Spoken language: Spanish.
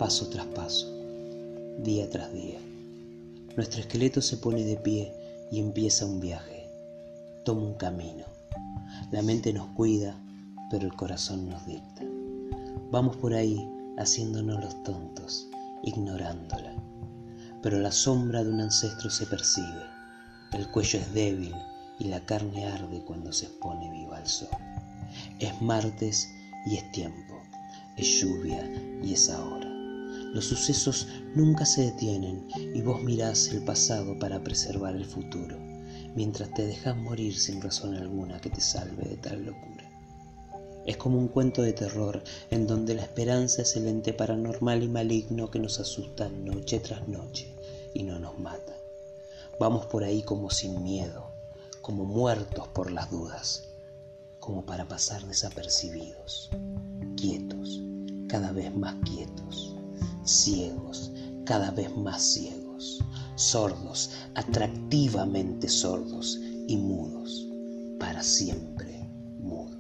paso tras paso, día tras día. Nuestro esqueleto se pone de pie y empieza un viaje, toma un camino. La mente nos cuida, pero el corazón nos dicta. Vamos por ahí haciéndonos los tontos, ignorándola. Pero la sombra de un ancestro se percibe, el cuello es débil y la carne arde cuando se expone viva al sol. Es martes y es tiempo, es lluvia y es ahora. Los sucesos nunca se detienen y vos mirás el pasado para preservar el futuro, mientras te dejas morir sin razón alguna que te salve de tal locura. Es como un cuento de terror en donde la esperanza es el ente paranormal y maligno que nos asusta noche tras noche y no nos mata. Vamos por ahí como sin miedo, como muertos por las dudas, como para pasar desapercibidos, quietos, cada vez más quietos, ciegos, cada vez más ciegos, sordos, atractivamente sordos y mudos, para siempre mudos.